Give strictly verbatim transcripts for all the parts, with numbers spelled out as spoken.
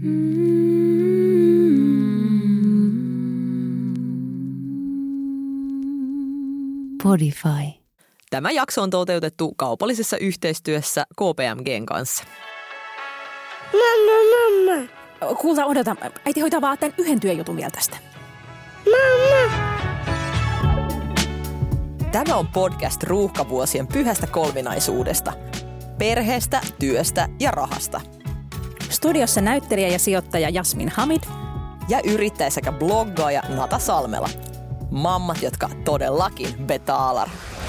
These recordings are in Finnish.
Podify. Tämä jakso on toteutettu kaupallisessa yhteistyössä K P M G:n kanssa. Mamma, mamma. Kuulta, odota. Äiti hoitaa vaan tämän yhden työjutun vielä tästä. Mamma. Tämä on podcast ruuhkavuosien pyhästä kolminaisuudesta. Perheestä, työstä ja rahasta. Studiossa näyttelijä ja sijoittaja Jasmin Hamid. Ja yrittäjä sekä bloggaaja Nata Salmela. Mammat, jotka todellakin betaalar.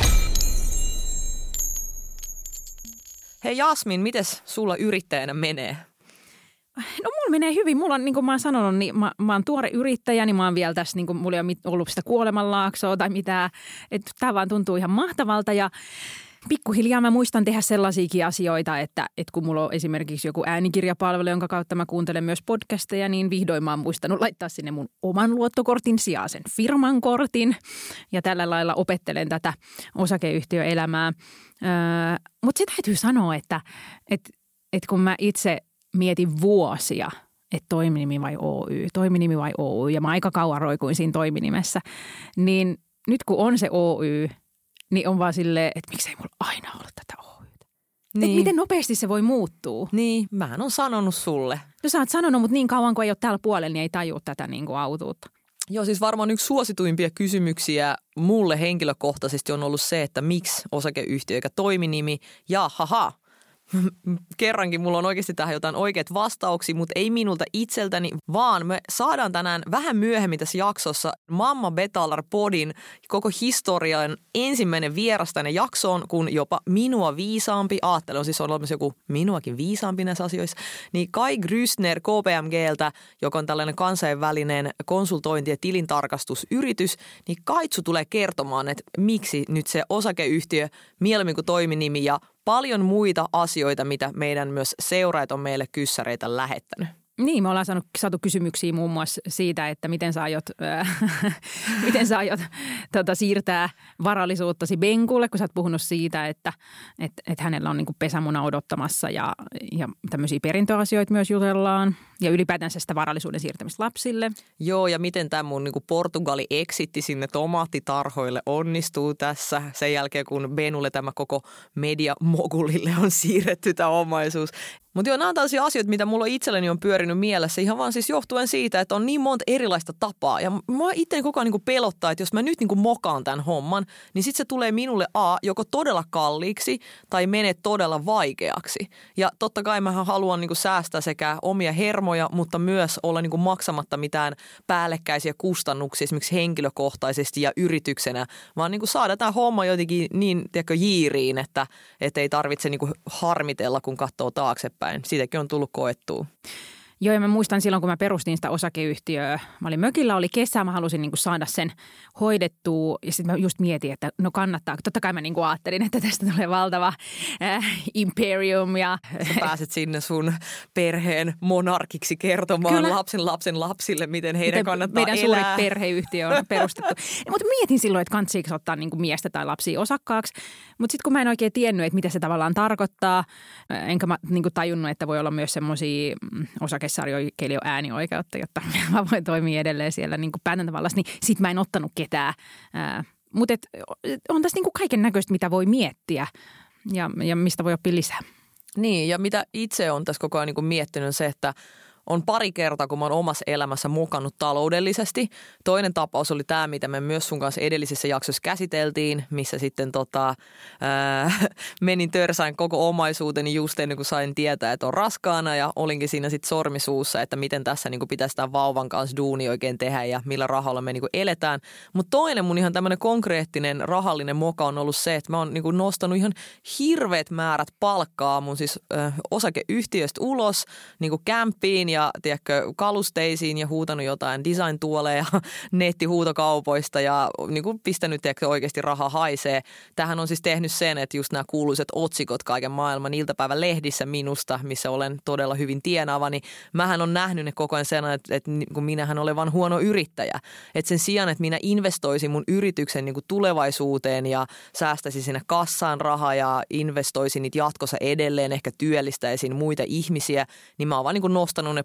Hei Jasmin, mites sulla yrittäjänä menee? No mulla menee hyvin. Mulla on, niin kuin mä oon sanonut, niin mä, mä oon tuore yrittäjä, niin mä oon vielä tässä, niin kuin mulla ei ole ollut sitä kuolemanlaaksoa tai mitään. Että tää vaan tuntuu ihan mahtavalta ja pikkuhiljaa mä muistan tehdä sellaisiakin asioita, että, että kun mulla on esimerkiksi joku äänikirjapalvelu, jonka kautta mä kuuntelen myös podcasteja, niin vihdoin mä oon muistanut laittaa sinne mun oman luottokortin sijaan sen firman kortin. Ja tällä lailla opettelen tätä osakeyhtiöelämää. Öö, mutta se täytyy sanoa, että, että, että kun mä itse mietin vuosia, että toiminimi vai Oy, toiminimi vai Oy, ja mä aika kauan roikuin siinä toiminimessä, niin nyt kun on se Oy, niin on vaan silleen, että miksei mulla aina ollut tätä Oytä. Niin. Että miten nopeasti se voi muuttua. Niin, mähän on sanonut sulle. No sä oot sanonut, mutta niin kauan kuin ei ole täällä puolella, niin ei tajua tätä niin kuin autuutta. Joo, siis varmaan yksi suosituimpia kysymyksiä mulle henkilökohtaisesti on ollut se, että miksi osakeyhtiö eikä toiminimi. Ja haha, kerrankin mulla on oikeasti tähän jotain oikeat vastauksia, mutta ei minulta itseltäni, vaan me saadaan tänään vähän myöhemmin tässä jaksossa Mamma Betaalar podin koko historian ensimmäinen vieras tänne jaksoon, kun jopa minua viisaampi, ajattelen, on siis on olemassa joku minuakin viisaampi näissä asioissa, niin Kai Grüssner K P M G:ltä, joka on tällainen kansainvälinen konsultointi- ja tilintarkastusyritys, niin Kaitsu tulee kertomaan, että miksi nyt se osakeyhtiö mieluummin kuin toiminimi ja paljon muita asioita, mitä meidän myös seuraajat on meille kyssäreitä lähettänyt. Niin, me ollaan saanut, saatu kysymyksiä muun muassa siitä, että miten sä aiot, äh, miten sä aiot tota, siirtää varallisuuttasi Benkulle, kun sä oot puhunut siitä, että et, et hänellä on niin kuin pesämuna odottamassa ja, ja tämmöisiä perintöasioita myös jutellaan ja ylipäätänsä sitä varallisuuden siirtämistä lapsille. Joo, ja miten tämä mun niin kuin Portugali-exitti sinne tomaattitarhoille onnistuu tässä sen jälkeen, kun Benulle tämä koko mediamogulille on siirretty tämä omaisuus. Mutta joo, nämä on tällaisia asioita, mitä mulla itselleni on pyörinyt mielessä ihan vaan siis johtuen siitä, että on niin monta erilaista tapaa. Ja mua itse koko ajan niin kuin pelottaa, että jos mä nyt niin kuin mokaan tämän homman, niin sitten se tulee minulle A, joko todella kalliiksi tai menee todella vaikeaksi. Ja totta kai mä haluan niin kuin säästää sekä omia hermoja, mutta myös olla niin kuin maksamatta mitään päällekkäisiä kustannuksia esimerkiksi henkilökohtaisesti ja yrityksenä, vaan niin kuin saada tämä homma jotenkin niin tiedätkö, jiiriin, että, että ei tarvitse niin kuin harmitella, kun katsoo taaksepäin. Siitäkin on tullut koettua. Joo, ja mä muistan silloin, kun mä perustin sitä osakeyhtiöä. Mä olin mökillä, oli kesä, mä halusin niin kuin saada sen hoidettua. Ja sitten mä just mietin, että no kannattaa. Totta kai mä niin kuin ajattelin, että tästä tulee valtava äh, imperium. Ja sä pääset sinne sun perheen monarkiksi kertomaan Kyllä. lapsen lapsen lapsille, miten heidän miten kannattaa meidän elää. Meidän suuri perheyhtiö on perustettu. Mutta mietin silloin, että kantsiiko ottaa niin kuin miestä tai lapsia osakkaaksi. Mutta sitten kun mä en oikein tiennyt, että mitä se tavallaan tarkoittaa, enkä mä niin kuin tajunnut, että voi olla myös semmoisia osake sarjoilla on äänioikeutta, jotta mä voin toimia edelleen siellä niin kuin päätäntävallassa, niin sit mä en ottanut ketään. Mutta on tässä niin kuin kaiken näköistä, mitä voi miettiä ja, ja mistä voi oppia lisää. Niin, ja mitä itse on tässä koko ajan niin kuin miettinyt on se, että on pari kertaa, kun mä oon omassa elämässä mokannut taloudellisesti. Toinen tapaus oli tämä, mitä me myös sun kanssa edellisessä jaksossa käsiteltiin, missä sitten tota, ää, menin törsäin koko omaisuuteni just ennen kuin sain tietää, että on raskaana ja olinkin siinä sitten sormisuussa, että miten tässä niin kuin pitäisi tämän vauvan kanssa duuni oikein tehdä ja millä rahalla me niin kuin eletään. Mutta toinen mun ihan tämmöinen konkreettinen rahallinen moka on ollut se, että mä oon niin kuin nostanut ihan hirveät määrät palkkaa mun siis ö, osakeyhtiöstä ulos niin kuin kämppiin ja tiedätkö, kalusteisiin ja huutanut jotain design-tuoleja nettihuutokaupoista ja niin kuin pistänyt tiedätkö, oikeasti raha haisee. Tämähän on siis tehnyt sen, että just nämä kuuluiset otsikot kaiken maailman iltapäivän lehdissä minusta, missä olen todella hyvin tienaava, niin mähän on nähnyt ne koko ajan sen, että, että kun minähän olen vaan huono yrittäjä. Että sen sijaan, että minä investoisin mun yrityksen niin kuin tulevaisuuteen ja säästäisin sinne kassaan rahaa ja investoisin niitä jatkossa edelleen, ehkä työllistäisin muita ihmisiä, niin mä oon vaan niin kuin nostanut ne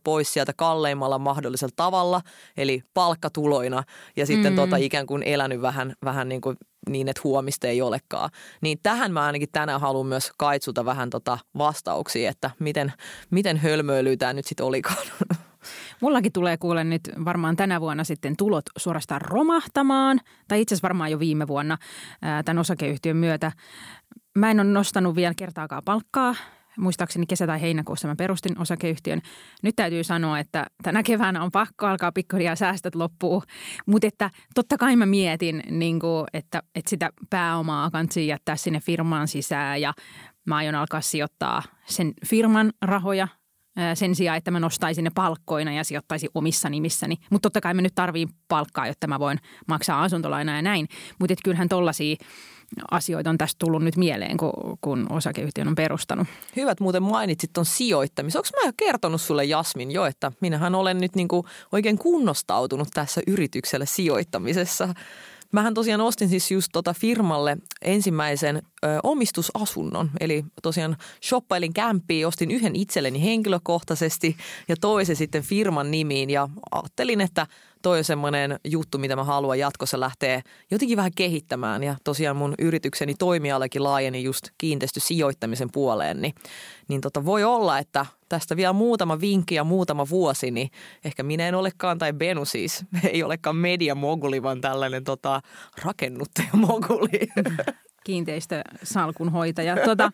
pois sieltä kalleimmalla mahdollisella tavalla, eli palkkatuloina ja sitten mm. tota, ikään kuin elänyt vähän, vähän niin kuin niin, että huomista ei olekaan. Niin tähän mä ainakin tänään haluan myös kaitsuta vähän tota vastauksia, että miten, miten hölmöilyä tämä nyt sitten olikaan. Mullakin tulee kuule nyt varmaan tänä vuonna sitten tulot suorastaan romahtamaan, tai itse asiassa varmaan jo viime vuonna ää, tämän osakeyhtiön myötä. Mä en ole nostanut vielä kertaakaan palkkaa. Muistaakseni kesä- tai heinäkuussa mä perustin osakeyhtiön. Nyt täytyy sanoa, että tänä keväänä on pakko alkaa pikkuhiljaa säästöt loppuu. Mutta että totta kai mä mietin, niin kuin, että, että sitä pääomaa kansi jättää sinne firmaan sisään ja mä aion alkaa sijoittaa sen firman rahoja sen sijaan, että mä nostaisin ne palkkoina ja sijoittaisin omissa nimissäni. Mutta totta kai mä nyt tarviin palkkaa, jotta mä voin maksaa asuntolainaa ja näin. Mutta kyllähän tollaisia asioita on tästä tullut nyt mieleen, kun, kun osakeyhtiön on perustanut. Hyvät muuten mainitsit ton sijoittamisen. Onko mä jo kertonut sulle, Jasmin, jo, että minähän olen nyt niinku oikein kunnostautunut tässä yrityksellä sijoittamisessa. Mähän tosiaan ostin siis just tota firmalle ensimmäisen ö, omistusasunnon, eli tosiaan shoppailin kämppiä, ostin yhden itselleni henkilökohtaisesti ja toisen sitten firman nimiin ja ajattelin, että toi on semmoinen juttu, mitä mä haluan jatkossa lähteä jotenkin vähän kehittämään ja tosiaan mun yritykseni toimialakin laajeni just kiinteistösijoittamisen puoleen, niin, niin tota voi olla, että tästä vielä muutama vinkki ja muutama vuosi, niin ehkä minä en olekaan, tai Benu siis, ei olekaan mediamoguli, vaan tällainen tota, rakennuttajamoguli. Kiinteistösalkun hoitaja. Tota,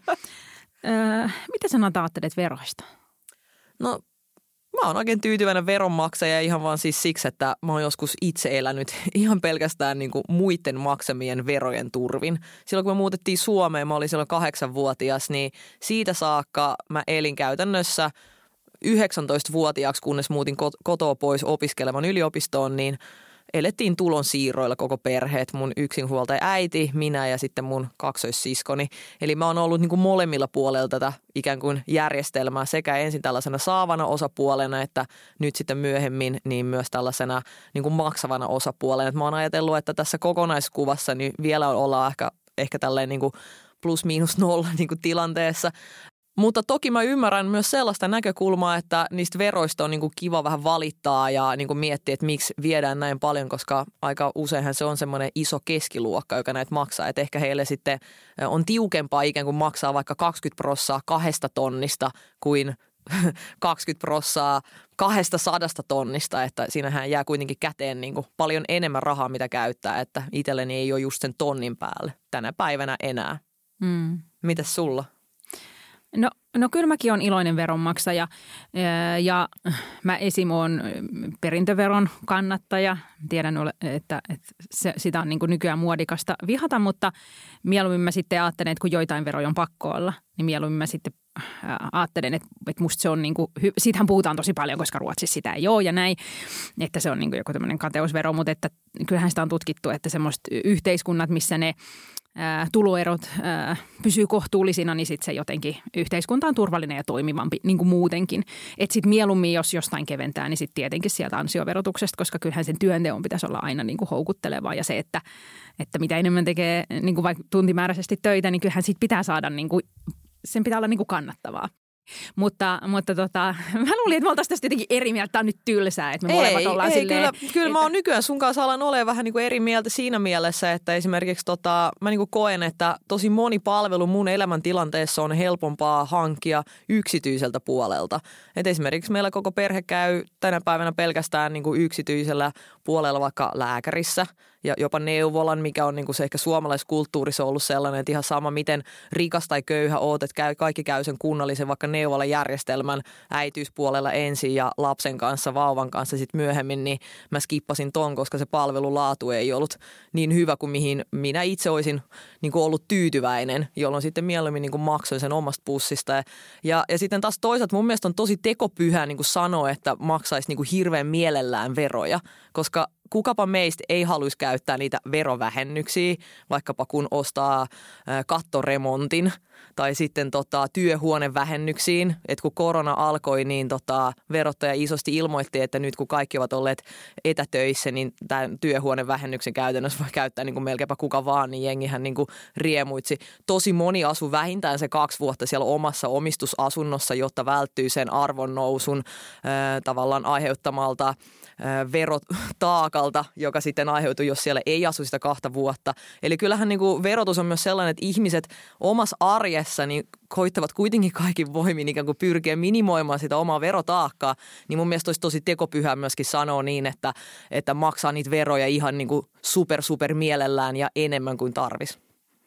äh, mitä sä ajattelet veroista? No mä oon oikein tyytyväinen veronmaksaja ihan vaan siis siksi, että mä oon joskus itse elänyt ihan pelkästään niin kuin muiden maksamien verojen turvin. Silloin kun me muutettiin Suomeen, mä olin silloin kahdeksanvuotias, niin siitä saakka mä elin käytännössä yhdeksäntoistavuotiaaksi, kunnes muutin kotoa pois opiskelevan yliopistoon, niin elettiin tulonsiirroilla koko perheet, mun yksinhuoltaja äiti, minä ja sitten mun kaksoissiskoni. Eli mä oon ollut niin kuin molemmilla puolella tätä ikään kuin järjestelmää sekä ensin tällaisena saavana osapuolena, että nyt sitten myöhemmin niin myös tällaisena niin kuin maksavana osapuolena. Et mä oon ajatellut, että tässä kokonaiskuvassa niin vielä ollaan ehkä, ehkä tälleen niin kuin plus miinus nolla niin kuin tilanteessa. Mutta toki mä ymmärrän myös sellaista näkökulmaa, että niistä veroista on niin kuin kiva vähän valittaa ja niin kuin miettiä, että miksi viedään näin paljon, koska aika useinhan se on semmoinen iso keskiluokka, joka näitä maksaa. Että ehkä heille sitten on tiukempaa ikään kuin maksaa vaikka kaksikymmentä prosenttia kahdesta tonnista kuin kaksikymmentä prosenttia kahdesta sadasta tonnista, että siinähän jää kuitenkin käteen niin kuin paljon enemmän rahaa, mitä käyttää, että itselleni ei ole just sen tonnin päälle tänä päivänä enää. Mm. Mitäs sulla? No, no kyllä mäkin olen iloinen veronmaksaja ja mä esim. Olen perintöveron kannattaja. Tiedän, että, että se, sitä on niin kuin nykyään muodikasta vihata, mutta mieluummin mä sitten ajattelen, että kun joitain veroja on pakko olla, niin mieluummin mä sitten ajattelen, että, että musta se on niin kuin, siitähän puhutaan tosi paljon, koska Ruotsissa sitä ei ole ja näin, että se on niin kuin joku tämmöinen kateusvero, mutta että kyllähän sitä on tutkittu, että semmoiset yhteiskunnat, missä ne Ää, tuloerot ää, pysyy kohtuullisina, niin sitten se jotenkin yhteiskunta on turvallinen ja toimivampi niin kuin muutenkin. Että sitten mieluummin, jos jostain keventää, niin sitten tietenkin sieltä ansioverotuksesta, koska kyllähän sen työnteon pitäisi olla aina niin kuin houkuttelevaa. Ja se, että, että mitä enemmän tekee niin kuin vaikka tuntimääräisesti töitä, niin kyllähän siitä pitää saada, niin kuin, sen pitää olla niin kuin kannattavaa. Mutta, mutta tota, mä luulin, että me oltaisiin tästä jotenkin eri mieltä. Tämä on nyt tylsää, että me ei, molemmat ollaan ei, silleen. Kyllä, kyllä että mä oon nykyään sun kanssa alan olemaan vähän niin kuin eri mieltä siinä mielessä, että esimerkiksi tota, mä niin kuin koen, että tosi moni palvelu mun elämäntilanteessa on helpompaa hankkia yksityiseltä puolelta. Et esimerkiksi meillä koko perhe käy tänä päivänä pelkästään niin kuin yksityisellä puolella vaikka lääkärissä ja jopa neuvolan, mikä on niin kuin se ehkä suomalaiskulttuurissa ollut sellainen, että ihan sama miten rikas tai köyhä oot, että käy, kaikki käy sen kunnallisen vaikka neuvolajärjestelmän äitiyspuolella ensin ja lapsen kanssa, vauvan kanssa sitten myöhemmin, niin mä skippasin ton, koska se palvelulaatu ei ollut niin hyvä kuin mihin minä itse olisin niin kuin ollut tyytyväinen, jolloin sitten mieluummin niin kuin maksoin sen omasta pussista. Ja, ja, ja sitten taas toisaalta mun mielestä on tosi tekopyhää niin kuin sanoa, että maksaisi niin kuin hirveän mielellään veroja, koska kukapa meistä ei haluaisi käyttää niitä verovähennyksiä, vaikkapa kun ostaa kattoremontin tai sitten tota, työhuonevähennyksiin. Et kun korona alkoi, niin tota, verottaja isosti ilmoitti, että nyt kun kaikki ovat olleet etätöissä, niin tämän työhuonevähennyksen käytännössä voi käyttää niin kuin melkeinpä kuka vaan, niin jengihän niin kuin riemuitsi. Tosi moni asui vähintään se kaksi vuotta siellä omassa omistusasunnossa, jotta välttyy sen arvon nousun äh, tavallaan aiheuttamalta äh, verotaakalta, joka sitten aiheutui, jos siellä ei asu sitä kahta vuotta. Eli kyllähän niin kuin verotus on myös sellainen, että ihmiset omassa arjessa niin koittavat kuitenkin kaikin voimin ikään kuin pyrkiä minimoimaan sitä omaa verotaakkaa, niin mun mielestä olisi tosi tekopyhää myöskin sanoa niin, että, että maksaa niitä veroja ihan niin kuin super super mielellään ja enemmän kuin tarvis.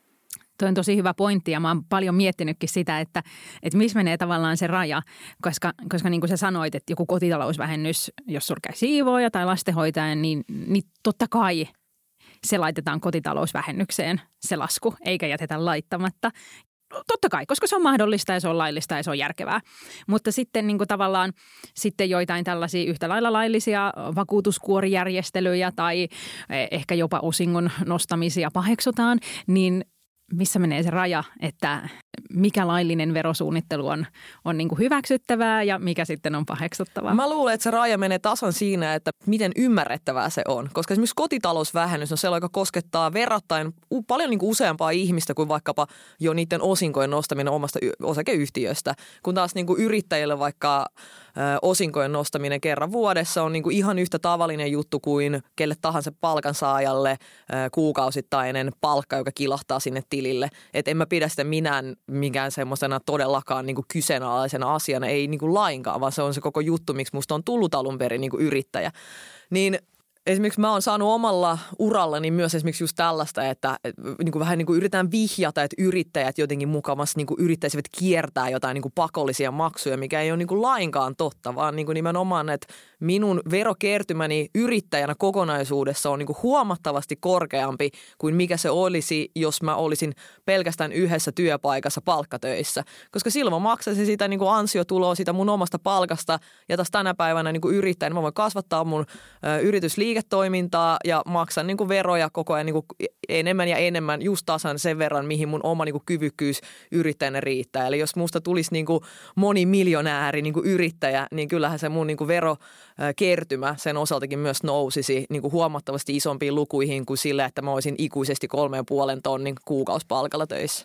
Tuo on tosi hyvä pointti ja mä oon paljon miettinytkin sitä, että, että missä menee tavallaan se raja, koska, koska niin kuin sä sanoit, että joku kotitalousvähennys, jos sulla käy siivooja tai lastenhoitaja, niin, niin totta kai se laitetaan kotitalousvähennykseen se lasku, eikä jätetä laittamatta. Totta kai, koska se on mahdollista ja se on laillista ja se on järkevää. Mutta sitten niin kuin tavallaan sitten joitain tällaisia yhtä lailla laillisia vakuutuskuorijärjestelyjä tai ehkä jopa osingon nostamisia paheksutaan, niin missä menee se raja, että mikä laillinen verosuunnittelu on, on niin kuin hyväksyttävää ja mikä sitten on paheksuttavaa? Mä luulen, että se raja menee tasan siinä, että miten ymmärrettävää se on. Koska esimerkiksi kotitalousvähennys on sellainen, joka koskettaa verrattain paljon niin kuin useampaa ihmistä kuin vaikkapa jo niiden osinkojen nostaminen omasta osakeyhtiöstä. Kun taas niin kuin yrittäjille vaikka ö, osinkojen nostaminen kerran vuodessa on niin kuin ihan yhtä tavallinen juttu kuin kelle tahansa palkansaajalle ö, kuukausittainen palkka, joka kilahtaa sinne tilille. Että en mä pidä sitä minään mikään semmoisena todellakaan niin kuin kyseenalaisena asiana, ei niin kuin lainkaan, vaan se on se koko juttu, miksi musta on tullut alun perin niin kuin yrittäjä. Niin esimerkiksi mä oon saanut omalla urallani myös esimerkiksi just tällaista, että niin kuin vähän niin kuin yritetään vihjata, että yrittäjät jotenkin mukavasti niin kuin yrittäisivät kiertää jotain niin kuin pakollisia maksuja, mikä ei ole niin kuin lainkaan totta, vaan niin kuin nimenomaan, että minun verokertymäni yrittäjänä kokonaisuudessa on niin kuin huomattavasti korkeampi kuin mikä se olisi, jos mä olisin pelkästään yhdessä työpaikassa palkkatöissä. Koska silloin mä maksaisin sitä niin kuin ansiotuloa sitä mun omasta palkasta ja taas tänä päivänä niin kuin yrittäjänä mä voin kasvattaa mun ö, yritysliiketoimintaa ja maksan niin kuin veroja koko ajan niin kuin enemmän ja enemmän just tasan sen verran, mihin mun oma niin kuin kyvykkyys yrittäjänä riittää. Eli jos musta tulisi niin kuin monimiljonääri niin kuin yrittäjä, niin kyllähän se mun niin kuin vero kertymä sen osaltakin myös nousisi niin kuin huomattavasti isompiin lukuihin kuin sillä, että mä olisin ikuisesti kolmeen puolen tonnin kuukausipalkalla töissä.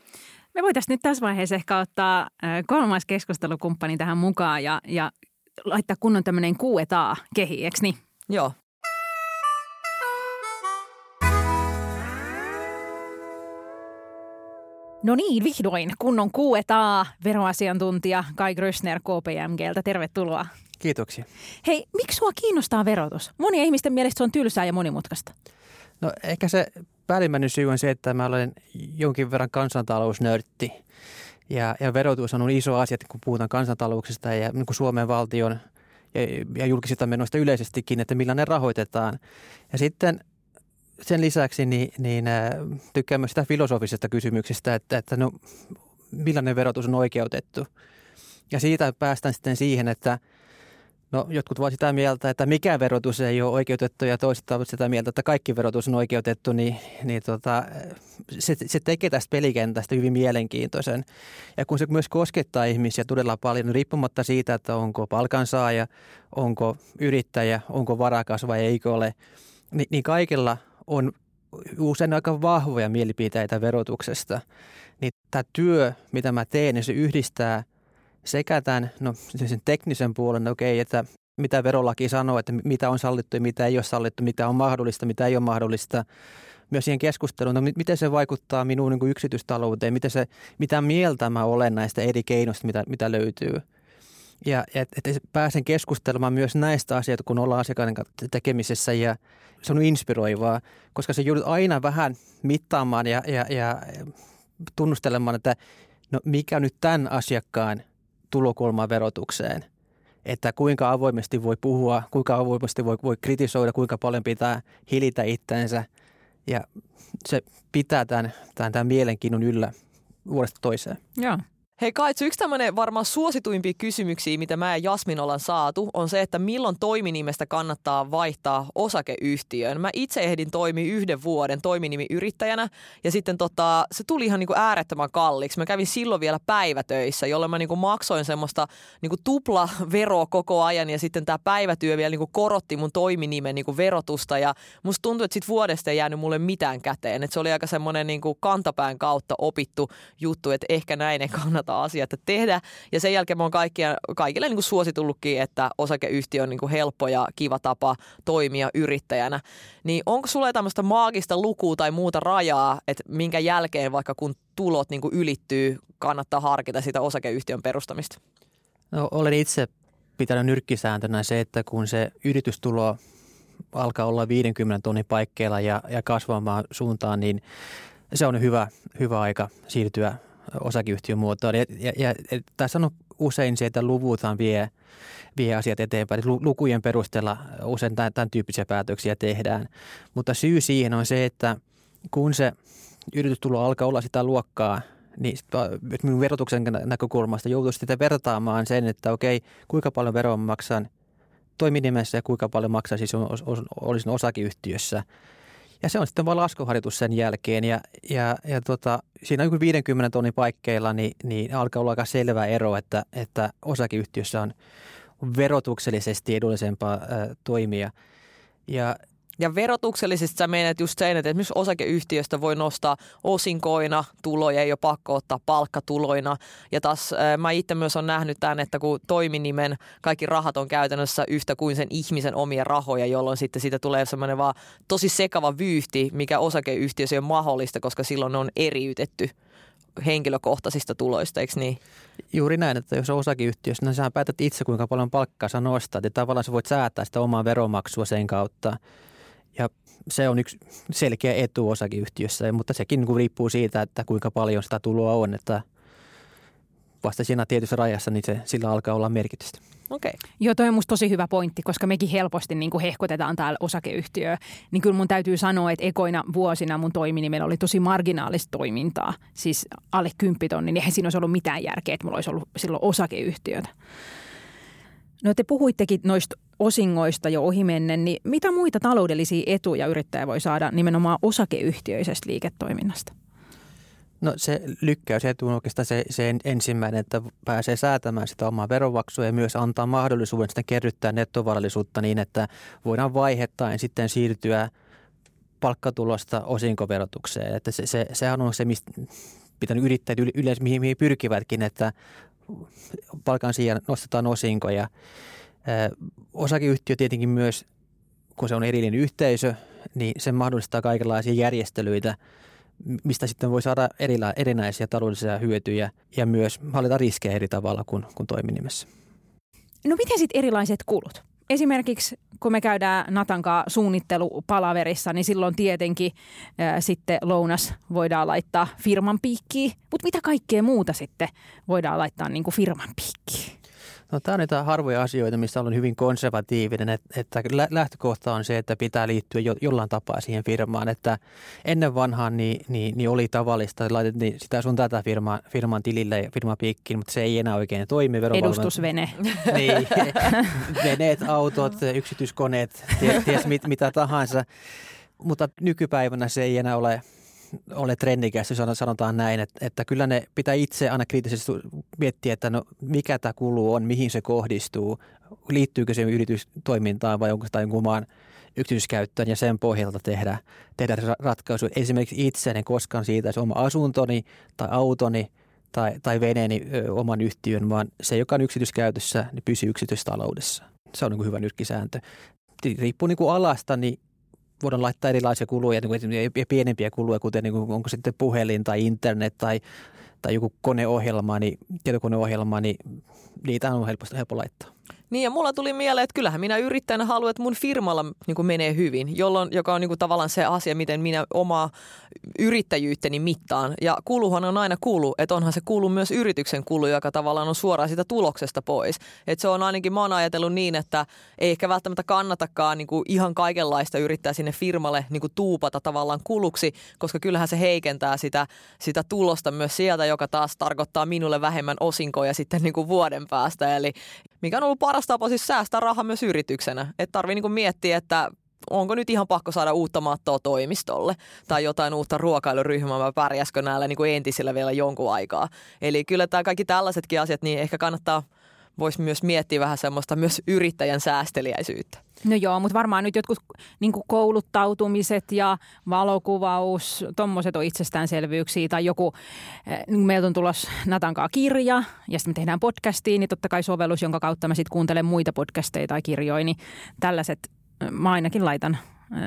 Me voitaisiin nyt tässä vaiheessa ehkä ottaa kolmas keskustelukumppani tähän mukaan ja, ja laittaa kunnon tämmöinen Q and A-kehi, eikö niin? Joo. No niin, vihdoin kunnon Q and A, veroasiantuntija Kai Grössner K P M G:ltä. Tervetuloa. Kiitoksia. Hei, miksi sua kiinnostaa verotus? Monien ihmisten mielestä se on tylsää ja monimutkaista. No ehkä se päällimmäinen syy on se, että mä olen jonkin verran kansantalousnörtti. Ja, ja verotus on iso asia, kun puhutaan kansantalouksista ja niin kuin Suomen valtion ja, ja julkisista menoista yleisestikin, että millä ne rahoitetaan. Ja sitten sen lisäksi niin, niin tykkään myös sitä filosofisesta kysymyksestä, että, että no, millainen verotus on oikeutettu. Ja siitä päästään sitten siihen, että no, jotkut ovat sitä mieltä, että mikään verotus ei ole oikeutettu ja toiset ovat sitä mieltä, että kaikki verotus on oikeutettu, niin, niin tota, se, se tekee tästä pelikentästä hyvin mielenkiintoisen. Ja kun se myös koskettaa ihmisiä todella paljon, riippumatta siitä, että onko palkansaaja, onko yrittäjä, onko varakas vai eikö ole, niin, niin kaikilla on usein aika vahvoja mielipiteitä verotuksesta. Niin tämä työ, mitä mä teen, niin se yhdistää sekä tämän no, sen teknisen puolen, okei, että mitä verolaki sanoo, että mitä on sallittu ja mitä ei ole sallittu, mitä on mahdollista, mitä ei ole mahdollista. Myös siihen keskusteluun, no, miten se vaikuttaa minun niin kuin yksityistalouteen, miten se, mitä mieltä mä olen näistä eri keinoista, mitä, mitä löytyy. Ja että et pääsen keskustelemaan myös näistä asioista, kun ollaan asiakkaiden tekemisessä ja se on inspiroivaa, koska se joudut aina vähän mittaamaan ja, ja, ja tunnustelemaan, että no mikä nyt tämän asiakkaan tulokulma verotukseen, että kuinka avoimesti voi puhua, kuinka avoimesti voi, voi kritisoida, kuinka paljon pitää hilitä itseensä ja se pitää tämän, tämän, tämän mielenkiinnon yllä vuodesta toiseen. Joo. Hei Kaitsu, yksi tämmöinen varmaan suosituimpia kysymyksiä, mitä mä ja Jasmin ollaan saatu, on se, että milloin toiminimestä kannattaa vaihtaa osakeyhtiöön. Mä itse ehdin toimia yhden vuoden toiminimiyrittäjänä ja sitten tota, se tuli ihan niinku äärettömän kalliiksi. Mä kävin silloin vielä päivätöissä, jolloin mä niinku maksoin semmoista niinku tuplaveroa koko ajan ja sitten tämä päivätyö vielä niinku korotti mun toiminimen niinku verotusta ja musta tuntui, että sit vuodesta ei jäänyt mulle mitään käteen. Et se oli aika semmoinen niinku kantapään kautta opittu juttu, että ehkä näin ei kannata asiat tehdä. Ja sen jälkeen mä oon kaikkia, kaikille niin kuin suositullutkin, että osakeyhtiö on niin kuin helppo ja kiva tapa toimia yrittäjänä. Niin onko sulla tämmöistä maagista lukua tai muuta rajaa, että minkä jälkeen vaikka kun tulot niin kuin ylittyy, kannattaa harkita sitä osakeyhtiön perustamista? No, olen itse pitänyt nyrkkisääntönä se, että kun se yritystulo alkaa olla viidenkymmenen tonnin paikkeilla ja, ja kasvamaan suuntaan, niin se on hyvä, hyvä aika siirtyä osakeyhtiön muotoon. Ja, ja, ja tässä on usein se, että luvuthan vie, vie asiat eteenpäin. Lukujen perusteella usein tämän, tämän tyyppisiä päätöksiä tehdään. Mutta syy siihen on se, että kun se yritystulo alkaa olla sitä luokkaa, niin minun verotuksen näkökulmasta joutuu sitten vertaamaan sen, että okei, kuinka paljon veroa maksan toiminimessä ja kuinka paljon maksaa siis olisin osakeyhtiössä. Ja se on sitten vain laskuharjoitus sen jälkeen ja, ja, ja tota, siinä on viidenkymmenen tonnin paikkeilla, niin, niin alkaa olla aika selvä ero, että, että osakeyhtiössä on verotuksellisesti edullisempaa ää, toimia. Ja, ja verotuksellisesti sä menet just sen, että esimerkiksi osakeyhtiöstä voi nostaa osinkoina tuloja, ei ole pakko ottaa palkkatuloina. Ja taas ää, mä itse myös olen nähnyt tämän, että kun toiminimen kaikki rahat on käytännössä yhtä kuin sen ihmisen omia rahoja, jolloin sitten siitä tulee semmoinen vaan tosi sekava vyyhti, mikä osakeyhtiössä ei ole mahdollista, koska silloin ne on eriytetty henkilökohtaisista tuloista, eikö niin? Juuri näin, että jos on osakeyhtiössä, niin sä päätät itse, kuinka paljon palkkaa sä nostat. Ja tavallaan sä voit säätää sitä omaa veromaksua sen kautta. Ja se on yksi selkeä etu osakeyhtiössä, mutta sekin niin kuin riippuu siitä, että kuinka paljon sitä tuloa on. Että vasta siinä tietyssä rajassa niin se, sillä alkaa olla merkitystä. Okei. Joo, toi on musta tosi hyvä pointti, koska mekin helposti niin kuin hehkutetaan täällä osakeyhtiöä. Niin kyllä mun täytyy sanoa, että ekoina vuosina mun toiminimellä oli tosi marginaalista toimintaa. Siis alle kymppitonnin, niin eihän siinä olisi ollut mitään järkeä, että mulla olisi ollut silloin osakeyhtiötä. No te puhuittekin noista osingoista jo ohimennen, niin mitä muita taloudellisia etuja yrittäjä voi saada nimenomaan osakeyhtiöisestä liiketoiminnasta? No se lykkäysetu on oikeastaan se, se ensimmäinen, että pääsee säätämään sitä omaa veronmaksua ja myös antaa mahdollisuuden sitten kerryttää nettovarallisuutta niin, että voidaan vaihettain sitten siirtyä palkkatulosta osinkoverotukseen. Että se, se, sehän on se, mistä pitänyt yrittäjät yleensä, mihin, mihin pyrkivätkin, että palkan sijaan nostetaan osinkoja. Osakeyhtiö tietenkin myös, kun se on erillinen yhteisö, niin se mahdollistaa kaikenlaisia järjestelyitä, mistä sitten voi saada erila- erinäisiä taloudellisia hyötyjä ja myös hallita riskejä eri tavalla kuin, kuin toiminimessä. No miten sitten erilaiset kulut? Esimerkiksi kun me käydään Natan kanssa suunnittelupalaverissa, niin silloin tietenkin ää, sitten lounas voidaan laittaa firman piikkiin. Mutta mitä kaikkea muuta sitten voidaan laittaa niin kuin firman piikkiin? No, tämä on niitä harvoja asioita, missä olen hyvin konservatiivinen, että, että lähtökohta on se, että pitää liittyä jo, jollain tapaa siihen firmaan. Että ennen vanhaan niin, niin, niin oli tavallista, että laitettiin sitä sun tätä firma, firman tilille ja firman piikkiin, mutta se ei enää oikein toimi. Edustusvene. Niin, veneet, autot, yksityiskoneet, ties, ties mit, mitä tahansa, mutta nykypäivänä se ei enää ole ole trendikäs, jos sanotaan näin, että, että kyllä ne pitää itse aina kriittisesti miettiä, että no mikä tämä kulu on, mihin se kohdistuu, liittyykö se yritystoimintaan vai onko sitä jonkun maan yksityiskäyttöön ja sen pohjalta tehdä, tehdä ratkaisuja. Esimerkiksi itse en koskaan siitä se oma asuntoni tai autoni tai, tai veneeni ö, oman yhtiön, vaan se, joka on yksityiskäytössä, niin pysyy yksityistaloudessa. Se on niin kuin hyvä nyrkkisääntö. Riippuu niin kuin alasta, niin voidaan laittaa erilaisia kuluja ja pienempiä kuluja, kuten niin kuin, onko sitten puhelin tai internet tai, tai joku koneohjelma, niin, tietokoneohjelma, niin niitä on helppo, helppo laittaa. Niin ja mulla tuli mieleen, että kyllähän minä yrittäjänä haluan, että mun firmalla niin kuin menee hyvin, jolloin, joka on niin kuin tavallaan se asia, miten minä omaa yrittäjyytteni mittaan. Ja kuluhan on aina kulu, että onhan se kulu myös yrityksen kulu, joka tavallaan on suoraan sitä tuloksesta pois. Että se on ainakin, mä oon ajatellut niin, että ei ehkä välttämättä kannatakaan niin kuin ihan kaikenlaista yrittää sinne firmalle niin kuin tuupata tavallaan kuluksi, koska kyllähän se heikentää sitä, sitä tulosta myös sieltä, joka taas tarkoittaa minulle vähemmän osinkoja sitten niin kuin vuoden päästä. Eli mikä on ollut paras tapa siis säästää rahaa myös yrityksenä. Että tarvii niin kuin miettiä, että onko nyt ihan pakko saada uutta mattoa toimistolle tai jotain uutta ruokailuryhmää, vai pärjäskö näillä niin kuin entisillä vielä jonkun aikaa. Eli kyllä tämä kaikki tällaisetkin asiat, niin ehkä kannattaa, voisi myös miettiä vähän semmoista myös yrittäjän säästeliäisyyttä. No joo, mutta varmaan nyt jotkut niin kuin kouluttautumiset ja valokuvaus, tommoset on itsestäänselvyyksiä. Tai joku, niin meiltä on tulossa Natankaa kirja ja sitten me tehdään podcastiin, niin totta kai sovellus, jonka kautta mä sitten kuuntelen muita podcasteja tai kirjoja, niin tällaiset mä ainakin laitan.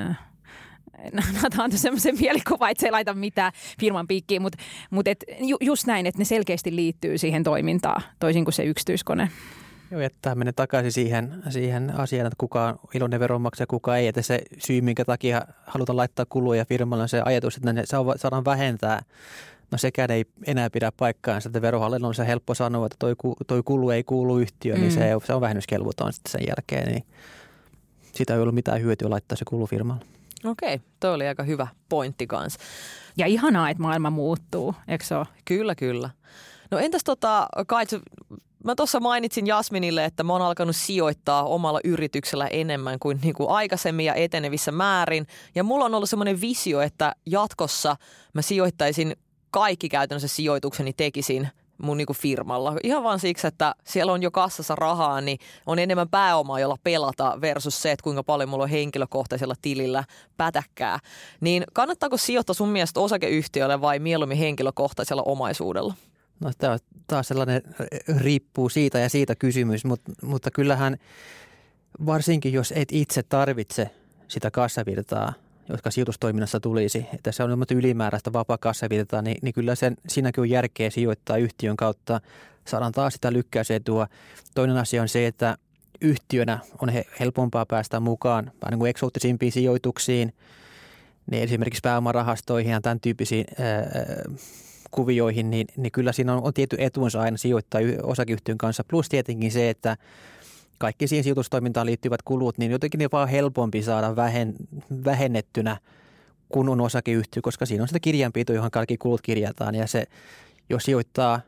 Nata on semmoisen mielikuva, että se ei laita mitään firman piikkiin, mutta mut et, ju, just näin, että ne selkeästi liittyy siihen toimintaan, toisin kuin se yksityiskone. Joo, että tämä menee takaisin siihen, siihen asiaan, että kuka on iloinen veronmaksaja, kuka ei. Että se syy, minkä takia halutaan laittaa kuluja firmalle, on se ajatus, että ne saadaan vähentää. No sekään ei enää pidä paikkaansa, että verohallinnon on se helppo sanoa, että toi, toi kulu ei kuulu yhtiöön, mm. niin se, se on vähennyskelvoton sitten sen jälkeen. Niin siitä ei ollut mitään hyötyä laittaa se kulu firmalle. Okei, toi oli aika hyvä pointti kanssa. Ja ihanaa, että maailma muuttuu, eikö se ole? Kyllä, kyllä. No entäs tota, Kaitsu, mä tuossa mainitsin Jasminille, että mä oon alkanut sijoittaa omalla yrityksellä enemmän kuin, niin kuin aikaisemmin ja etenevissä määrin. Ja mulla on ollut semmoinen visio, että jatkossa mä sijoittaisin kaikki käytännössä sijoitukseni tekisin mun niinku firmalla. Ihan vaan siksi, että siellä on jo kassassa rahaa, niin on enemmän pääomaa, jolla pelata versus se, että kuinka paljon mulla on henkilökohtaisella tilillä pätäkkää. Niin kannattaako sijoittaa sun mielestä osakeyhtiölle vai mieluummin henkilökohtaisella omaisuudella? No tämä on taas sellainen, riippuu siitä ja siitä kysymys, mutta, mutta kyllähän varsinkin jos et itse tarvitse sitä kassavirtaa, jotka sijoitustoiminnassa tulisi, että se on ylimääräistä vapaa kassavirtaa, niin, niin kyllä sen, siinäkin on järkeä sijoittaa yhtiön kautta. Saadaan taas sitä lykkäysetua. Toinen asia on se, että yhtiönä on helpompaa päästä mukaan vähän niin kuin eksoottisimpiin sijoituksiin, niin esimerkiksi pääomarahastoihin ja tämän tyyppisiin ää, kuvioihin, niin, niin kyllä siinä on, on tietty etuunsa aina sijoittaa osakeyhtiön kanssa. Plus tietenkin se, että kaikki siihen sijoitustoimintaan liittyvät kulut, niin jotenkin ne vaan helpompi saada vähen, vähennettynä kun on osakeyhtiö, koska siinä on sitä kirjanpito, johon kaikki kulut kirjataan. Ja se, jos sijoittaa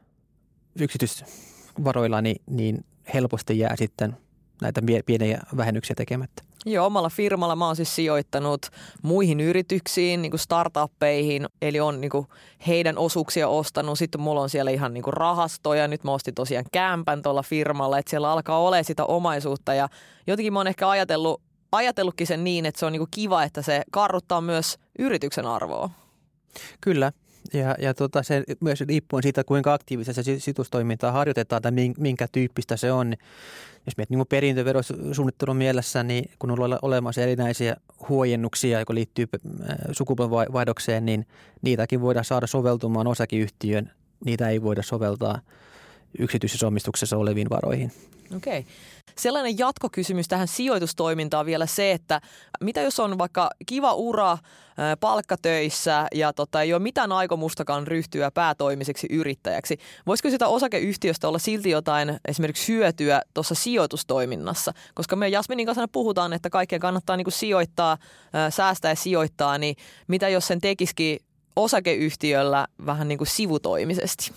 yksityisvaroilla, niin, niin helposti jää sitten näitä pieniä vähennyksiä tekemättä. Joo, omalla firmalla mä oon siis sijoittanut muihin yrityksiin, niin kuin startuppeihin, eli on niin kuin heidän osuuksia ostanut. Sitten mulla on siellä ihan niin kuin rahastoja. Nyt mä ostin tosiaan kämpän tuolla firmalla, että siellä alkaa olemaan sitä omaisuutta. Ja jotenkin mä oon ehkä ajatellut, ajatellutkin sen niin, että se on niin kuin kiva, että se karruttaa myös yrityksen arvoa. Kyllä. Ja, ja tota, se myös riippuen siitä, kuinka aktiivisesti se sijoitustoimintaa harjoitetaan tai minkä tyyppistä se on. Jos miettii niin perintöverosuunnittelun mielessä, niin kun on olemassa erinäisiä huojennuksia, jotka liittyy sukupolvenvaihdokseen, niin niitäkin voidaan saada soveltumaan osakeyhtiön. Niitä ei voida soveltaa yksityisessä omistuksessa oleviin varoihin. Okei. Sellainen jatkokysymys tähän sijoitustoimintaan vielä se, että mitä jos on vaikka kiva ura palkkatöissä ja tota, ei ole mitään aikomustakaan ryhtyä päätoimiseksi yrittäjäksi. Voisiko sitä osakeyhtiöstä olla silti jotain esimerkiksi hyötyä tuossa sijoitustoiminnassa? Koska me Jasminin kanssa puhutaan, että kaikkeen kannattaa niinku sijoittaa, säästää ja sijoittaa, niin mitä jos sen tekisikin osakeyhtiöllä vähän niin kuin sivutoimisesti?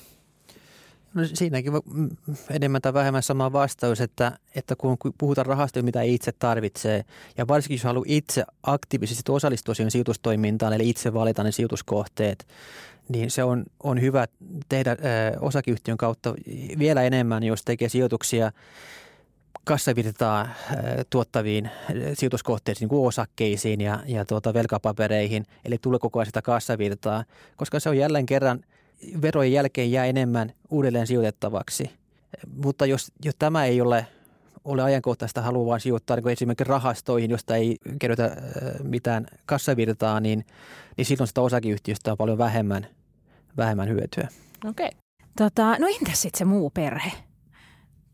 No siinäkin enemmän tai vähemmän sama vastaus, että, että kun puhutaan rahastoja, mitä itse tarvitsee, ja varsinkin jos haluaa itse aktiivisesti osallistua siihen sijoitustoimintaan, eli itse valita ne sijoituskohteet, niin se on, on hyvä tehdä ö, osakeyhtiön kautta vielä enemmän, jos tekee sijoituksia kassavirtaa ö, tuottaviin sijoituskohteisiin, niin kuin osakkeisiin ja, ja tuota, velkapapereihin, eli tulee koko ajan sitä kassavirtaa, koska se on jälleen kerran verojen jälkeen jää enemmän uudelleen sijoitettavaksi. Mutta jos, jos tämä ei ole, ole ajankohtaista, haluaa vaan sijoittaa niin esimerkiksi rahastoihin, josta ei kerrota mitään kassavirtaa, niin, niin silloin sitä osakeyhtiöstä on paljon vähemmän, vähemmän hyötyä. Okei. Tota, no entäs sitten se muu perhe?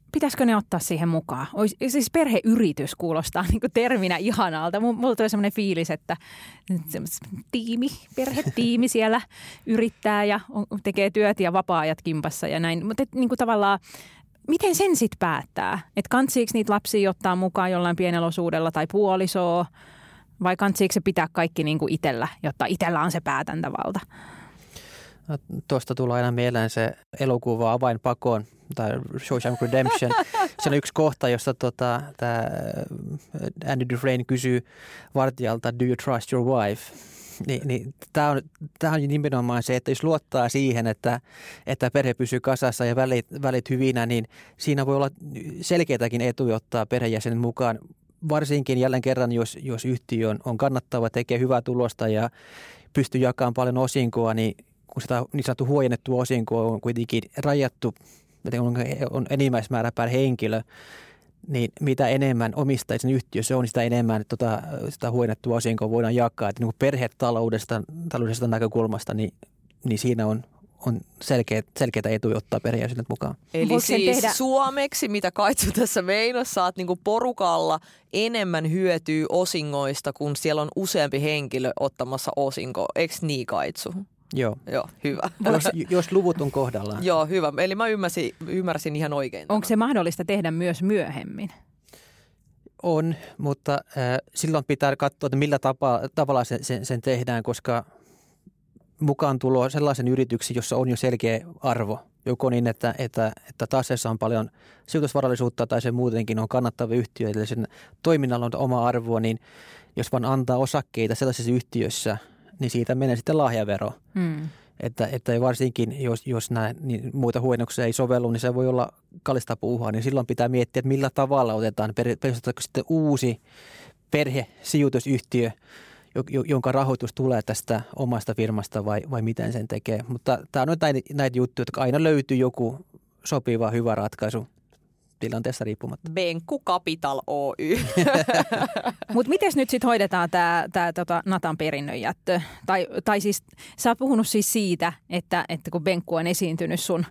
Pitäisikö ne ottaa siihen mukaan? Ois, siis perheyritys kuulostaa niin kuin terminä ihanalta. Mulla tulee sellainen fiilis, että tiimi, perhetiimi siellä yrittää ja on, tekee työt ja vapaa-ajat kimpassa ja näin. Mutta niin kuin tavallaan, miten sen sitten päättää? Että kantsiiko niitä lapsia ottaa mukaan jollain pienellä osuudella tai puolisoa? Vai kantsiiko se pitää kaikki niin kuin itsellä, jotta itsellä on se päätäntävalta? No, tuosta tulee aina mieleen se elokuva Avain pakoon tai Shawshank Redemption. Se on yksi kohta, jossa tota, tämä Andy Dufresne kysyy vartijalta, do you trust your wife? Ni, niin, tämä on, tämä on nimenomaan se, että jos luottaa siihen, että, että perhe pysyy kasassa ja välit, välit hyvinä, niin siinä voi olla selkeitäkin etuja ottaa perhejäsenet mukaan. Varsinkin jälleen kerran, jos, jos yhtiö on, on kannattava, tekee hyvää tulosta ja pystyy jakamaan paljon osinkoa, niin kun sitä niin sanottu huojennettua osinkoa on kuitenkin rajattu, on, on enimmäismäärä per henkilö, niin mitä enemmän omistajia sen yhtiössä on, niin sitä enemmän tota, sitä huojennettua osinkoa voidaan jakaa. Että niin perhetaloudesta taloudellisesta näkökulmasta, niin, niin siinä on, on selkeä, selkeitä etuja ottaa perheenjäsenet mukaan. Eli Voiko siis tehdä suomeksi, mitä Kaitsu tässä meinasi, saat niinku porukalla enemmän hyötyä osingoista, kun siellä on useampi henkilö ottamassa osinko. Eikö niin, Kaitsu? Joo. Joo, hyvä. Jos, jos luvut on kohdallaan. Joo, hyvä. Eli mä ymmärsin, ymmärsin ihan oikein. Onko se mahdollista tehdä myös myöhemmin? On, mutta äh, silloin pitää katsoa, että millä tapa, tavalla sen, sen, sen tehdään, koska mukaan tulo sellaisen yrityksen, jossa on jo selkeä arvo. Joko niin, että, että, että taseessa on paljon sijoitusvarallisuutta tai se muutenkin on kannattava yhtiö, eli sen toiminnalla on oma arvo, niin jos vaan antaa osakkeita sellaisessa yhtiössä, niin siitä menee sitten lahjavero. Hmm. Että, että varsinkin, jos, jos nämä niin muita huojennuksia ei sovellu, niin se voi olla kallista puuhaa. Niin silloin pitää miettiä, että millä tavalla otetaan, perustetaanko sitten uusi perhesijoitusyhtiö, jonka rahoitus tulee tästä omasta firmasta vai, vai miten sen tekee. Mutta tämä on näitä, näitä juttuja, että aina löytyy joku sopiva, hyvä ratkaisu tilanteessa riippumatta. Benku Capital Oy. Mutta miten nyt sitten hoidetaan tämä tää, tota, Natan perinnönjättö? Tai, tai siis sä oot puhunut siis siitä, että, että kun Benku on esiintynyt sun,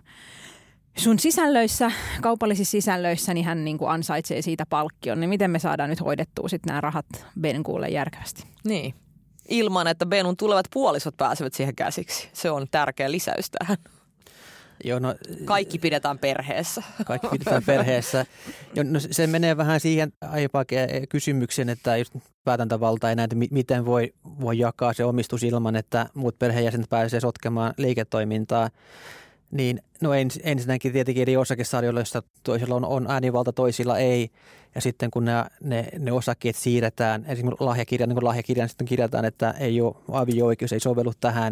sun sisällöissä, kaupallisissa sisällöissä, niin hän niin kuin ansaitsee siitä palkkion. Niin miten me saadaan nyt hoidettua sitten nämä rahat Benkulle järkevästi? Niin. Ilman, että Benun tulevat puolisot pääsevät siihen käsiksi. Se on tärkeä lisäys tähän. Joo, no, kaikki pidetään perheessä. Kaikki pidetään perheessä. Jo, no, se menee vähän siihen aiempaan kysymykseen, että just päätäntävalta ei näitä, miten voi, voi jakaa se omistus ilman, että muut perheenjäsenet pääsee sotkemaan liiketoimintaa. Niin, no ens, ensinnäkin tietenkin eri osakesarjoilla, joissa toisilla on, on äänivalta, toisilla ei. Ja sitten kun ne, ne, ne osakkeet siirretään, esimerkiksi lahjakirjan, niin kun lahjakirjan sitten kirjataan, että ei ole avio-oikeus, ei sovellu tähän,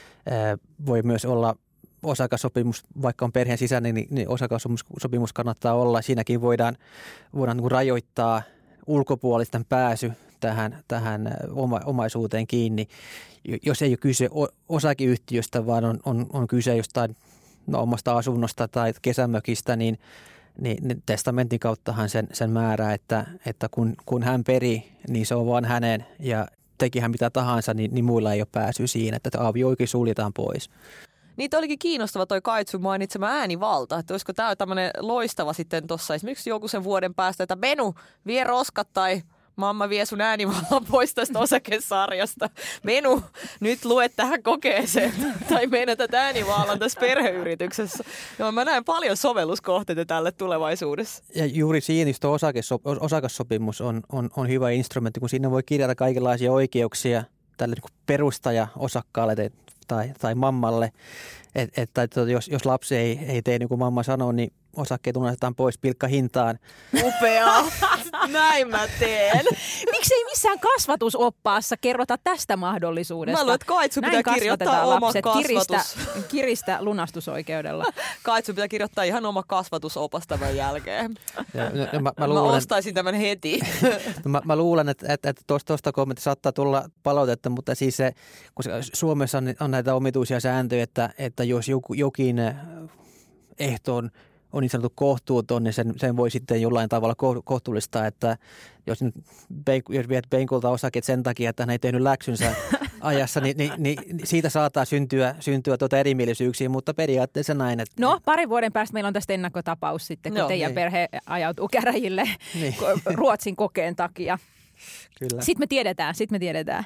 voi myös olla osakassopimus, vaikka on perheen sisäinen, niin, niin osakassopimus kannattaa olla. Siinäkin voidaan, voidaan niin kuin rajoittaa ulkopuolisten pääsy tähän, tähän oma, omaisuuteen kiinni. Jos ei ole kyse osakeyhtiöstä, vaan on, on, on kyse jostain no, omasta asunnosta tai kesämökistä, niin, niin, niin testamentin kauttahan sen, sen määrää, että, että kun, kun hän peri, niin se on vaan hänen ja teki hän mitä tahansa, niin, niin muilla ei ole pääsy siinä, että avio-oikeus suljetaan pois. Niitä olikin kiinnostava toi Kaitsu mainitsema äänivalta, että olisiko tämä tämmöinen loistava sitten tuossa esimerkiksi joku sen vuoden päästä, että Benu vie roskat tai mamma vie sun äänivallan pois tästä osakesarjasta. Benu, nyt luet tähän kokeeseen tai menetät äänivallan tässä perheyrityksessä. No, mä näen paljon sovelluskohteita tälle tulevaisuudessa. Ja juuri siinä osakassopimus on, on, on hyvä instrumentti, kun siinä voi kirjata kaikenlaisia oikeuksia tälle niin perustaja-osakkaalle tai, tai mammalle, että et, et, jos, jos lapsi ei, ei tee niin kuin mamma sanoo, niin osakkeet unohdetaan pois pilkkahintaan. Upeaa! Näin mä teen. Miksi ei missään kasvatusoppaassa kerrota tästä mahdollisuudesta? Mä luulen, että Kaitsu pitää kirjoittaa oma lapset. kasvatus. Kiristä, kiristä lunastusoikeudella. Kaitsu pitää kirjoittaa ihan oma kasvatusopas tämän jälkeen. Ja, no, mä, mä, luulen, mä ostaisin tämän heti. mä, mä luulen, että, että, että tuosta kommentista saattaa tulla palautetta, mutta siis se, koska Suomessa on, on näitä omituisia sääntöjä, että, että jos joku, jokin ehto on on niin sanottu kohtuuton, niin sen, sen voi sitten jollain tavalla kohtuullistaa, että jos, nyt, jos viet penkulta osaket sen takia, että hän ei tehnyt läksynsä ajassa, niin, niin, niin siitä saattaa syntyä, syntyä tuota erimielisyyksiä, mutta periaatteessa näin. Että no, parin vuoden päästä meillä on tästä ennakkotapaus sitten, kun no, teidän niin. perhe ajautuu käräjille niin. Ruotsin kokeen takia. Kyllä. Sitten me tiedetään, sitten me tiedetään.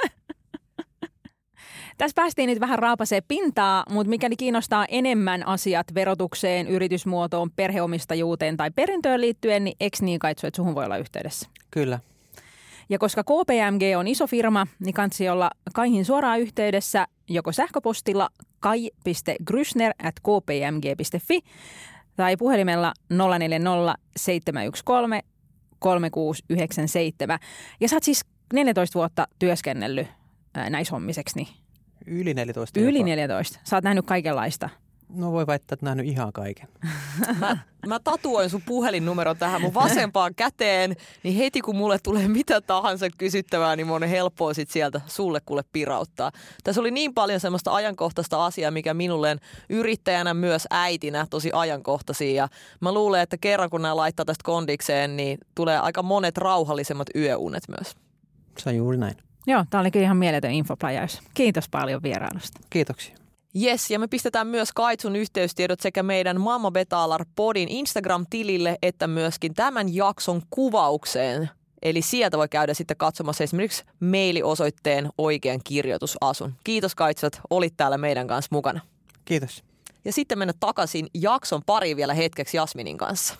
Tässä päästiin nyt vähän raapaseen pintaa, mutta mikäli kiinnostaa enemmän asiat verotukseen, yritysmuotoon, perheomistajuuteen tai perintöön liittyen, niin eikö niin Kaitsu, että suhun voi olla yhteydessä? Kyllä. Ja koska K P M G on iso firma, niin kansi olla Kaihin suoraan yhteydessä joko sähköpostilla kai piste grysner at k p m g piste f i tai puhelimella nolla neljä nolla seitsemän yksi kolme kolme kuusi yhdeksän seitsemän. Ja sä oot siis neljätoista vuotta työskennellyt näissä hommiseksi, niin Yli neljätoista. Yli jopa. neljätoista. Sä oot nähnyt kaikenlaista. No voi väittää, että nähnyt ihan kaiken. Mä, mä tatuoin sun puhelinnumeron tähän mun vasempaan käteen, niin heti kun mulle tulee mitä tahansa kysyttävää, niin mun on helppoa sit sieltä sulle kuule pirauttaa. Tässä oli niin paljon semmoista ajankohtaista asiaa, mikä minulle yrittäjänä myös äitinä tosi ajankohtaisia. Ja mä luulen, että kerran kun nämä laittaa tästä kondikseen, niin tulee aika monet rauhallisemmat yöunet myös. Se on juuri näin. Joo, tää oli kyllä ihan mieletön infopläjäys. Kiitos paljon vierailusta. Kiitoksia. Jes, ja me pistetään myös Kaitsun yhteystiedot sekä meidän Mamma Betalar podin Instagram-tilille että myöskin tämän jakson kuvaukseen. Eli sieltä voi käydä sitten katsomassa esimerkiksi mailiosoitteen oikean kirjoitusasun. Kiitos Kaitsu, että olit täällä meidän kanssa mukana. Kiitos. Ja sitten mennä takaisin jakson pariin vielä hetkeksi Jasminin kanssa.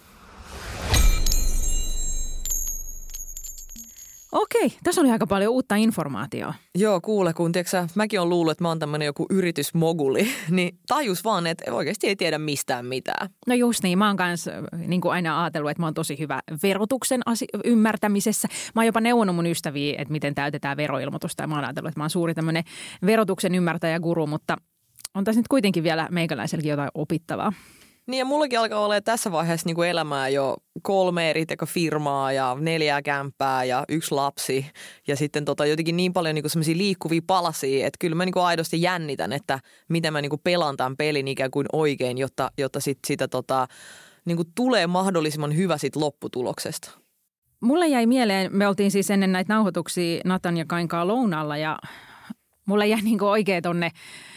Okei, tässä oli aika paljon uutta informaatiota. Joo, kuule, kun tiiäksä, mäkin olen luullut, että mä oon tämmöinen joku yritysmoguli, niin tajus vaan, että oikeasti ei tiedä mistään mitään. No just niin, mä oon kanssa niin kuin aina ajatellut, että mä oon tosi hyvä verotuksen asi- ymmärtämisessä. Mä oon jopa neuvonut mun ystäviä, että miten täytetään veroilmoitusta ja mä oon ajatellut, että mä oon suuri tämmöinen verotuksen ymmärtäjä guru, mutta on tässä nyt kuitenkin vielä meikäläiselläkin jotain opittavaa. Niin ja mullakin alkaa olla tässä vaiheessa niin kuin elämää jo kolme eri firmaa ja neljää kämppää ja yksi lapsi. Ja sitten tota jotenkin niin paljon niin kuin semmoisia liikkuvia palasia, että kyllä mä niin kuin aidosti jännitän, että miten mä niin kuin pelaan tämän pelin ikään kuin oikein, jotta, jotta sit sitä tota, niin kuin tulee mahdollisimman hyvä sit lopputuloksesta. Mulle jäi mieleen, me oltiin siis ennen näitä nauhoituksia Natan ja Kainkaa lounalla ja mulle jäi niin kuin oikein tonne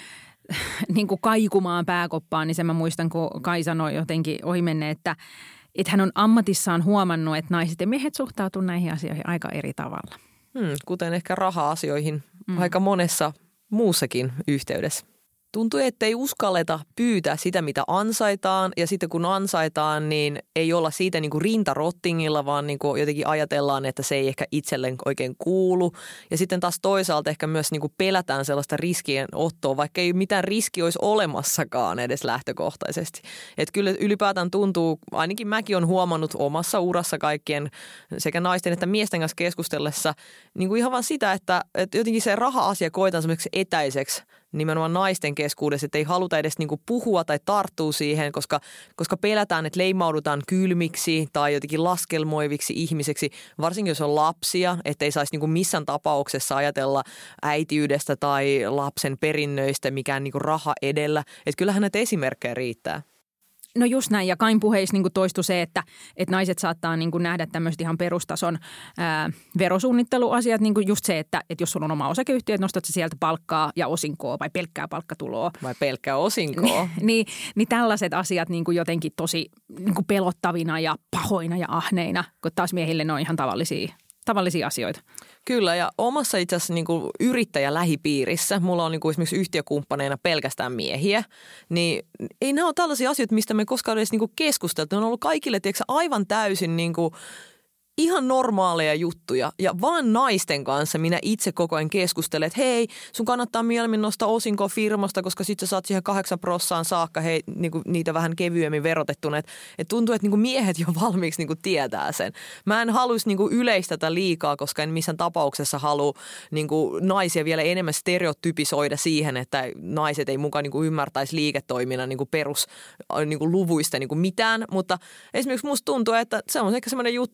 niin kuin kaikumaan pääkoppaan, niin sen mä muistan, kun Kai sanoi jotenkin ohimenne, että, että hän on ammatissaan huomannut, että naiset ja miehet suhtautuvat näihin asioihin aika eri tavalla. Hmm, kuten ehkä raha-asioihin mm. aika monessa muussakin yhteydessä. Tuntuu, että ei uskalleta pyytää sitä, mitä ansaitaan, ja sitten kun ansaitaan, niin ei olla siitä niin kuin rintarottingilla, vaan niin kuin jotenkin ajatellaan, että se ei ehkä itselleen oikein kuulu. Ja sitten taas toisaalta ehkä myös niin kuin pelätään sellaista riskien ottoa, vaikka ei mitään riski olisi olemassakaan edes lähtökohtaisesti. Että kyllä ylipäätään tuntuu, ainakin mäkin olen huomannut omassa urassa kaikkien sekä naisten että miesten kanssa keskustellessa, niin kuin ihan vaan sitä, että, että jotenkin se raha-asia koetaan semmoiseksi etäiseksi, nimenomaan naisten keskuudessa, että ei haluta edes niinku puhua tai tarttua siihen, koska, koska pelätään, että leimaudutaan kylmiksi tai jotenkin laskelmoiviksi ihmiseksi, varsinkin jos on lapsia, että ei saisi niinku missään tapauksessa ajatella äitiydestä tai lapsen perinnöistä mikään niinku raha edellä. Että kyllähän näitä esimerkkejä riittää. No just näin, ja Kain puheissa niin toistui se, että, että naiset saattaa niin nähdä tämmöistä ihan perustason ää, verosuunnitteluasiat, niin just se, että, että jos sulla on oma osakeyhtiö, että nostat sä sieltä palkkaa ja osinkoa vai pelkkää palkkatuloa. Vai pelkkää osinkoa. niin, niin tällaiset asiat niin jotenkin tosi niin pelottavina ja pahoina ja ahneina, kun taas miehille ne on ihan tavallisia. Tavallisia asioita. Kyllä, ja omassa itse asiassa niin kuin yrittäjälähipiirissä, mulla on niin kuin esimerkiksi yhtiökumppaneina pelkästään miehiä, niin ei nämä ole tällaisia asioita, mistä me koskaan edes niin kuin keskusteltu. Ne on ollut kaikille tiedätkö, aivan täysin niin kuin ihan normaaleja juttuja ja vaan naisten kanssa minä itse koko ajan keskustelen, että hei, sun kannattaa mieluummin nostaa osinkoa firmasta, koska sit sä saat siihen kahdeksan prossaan saakka hei, niinku, niitä vähän kevyemmin verotettuna. Että et tuntuu, että niinku miehet jo valmiiksi niinku tietää sen. Mä en haluaisi niinku yleistätä liikaa, koska en missään tapauksessa halua niinku naisia vielä enemmän stereotypisoida siihen, että naiset ei mukaan niinku ymmärtäisi liiketoiminnan niinku perus niinku luvuista niinku mitään. Mutta esimerkiksi musta tuntuu, että se on ehkä semmoinen juttu, mitä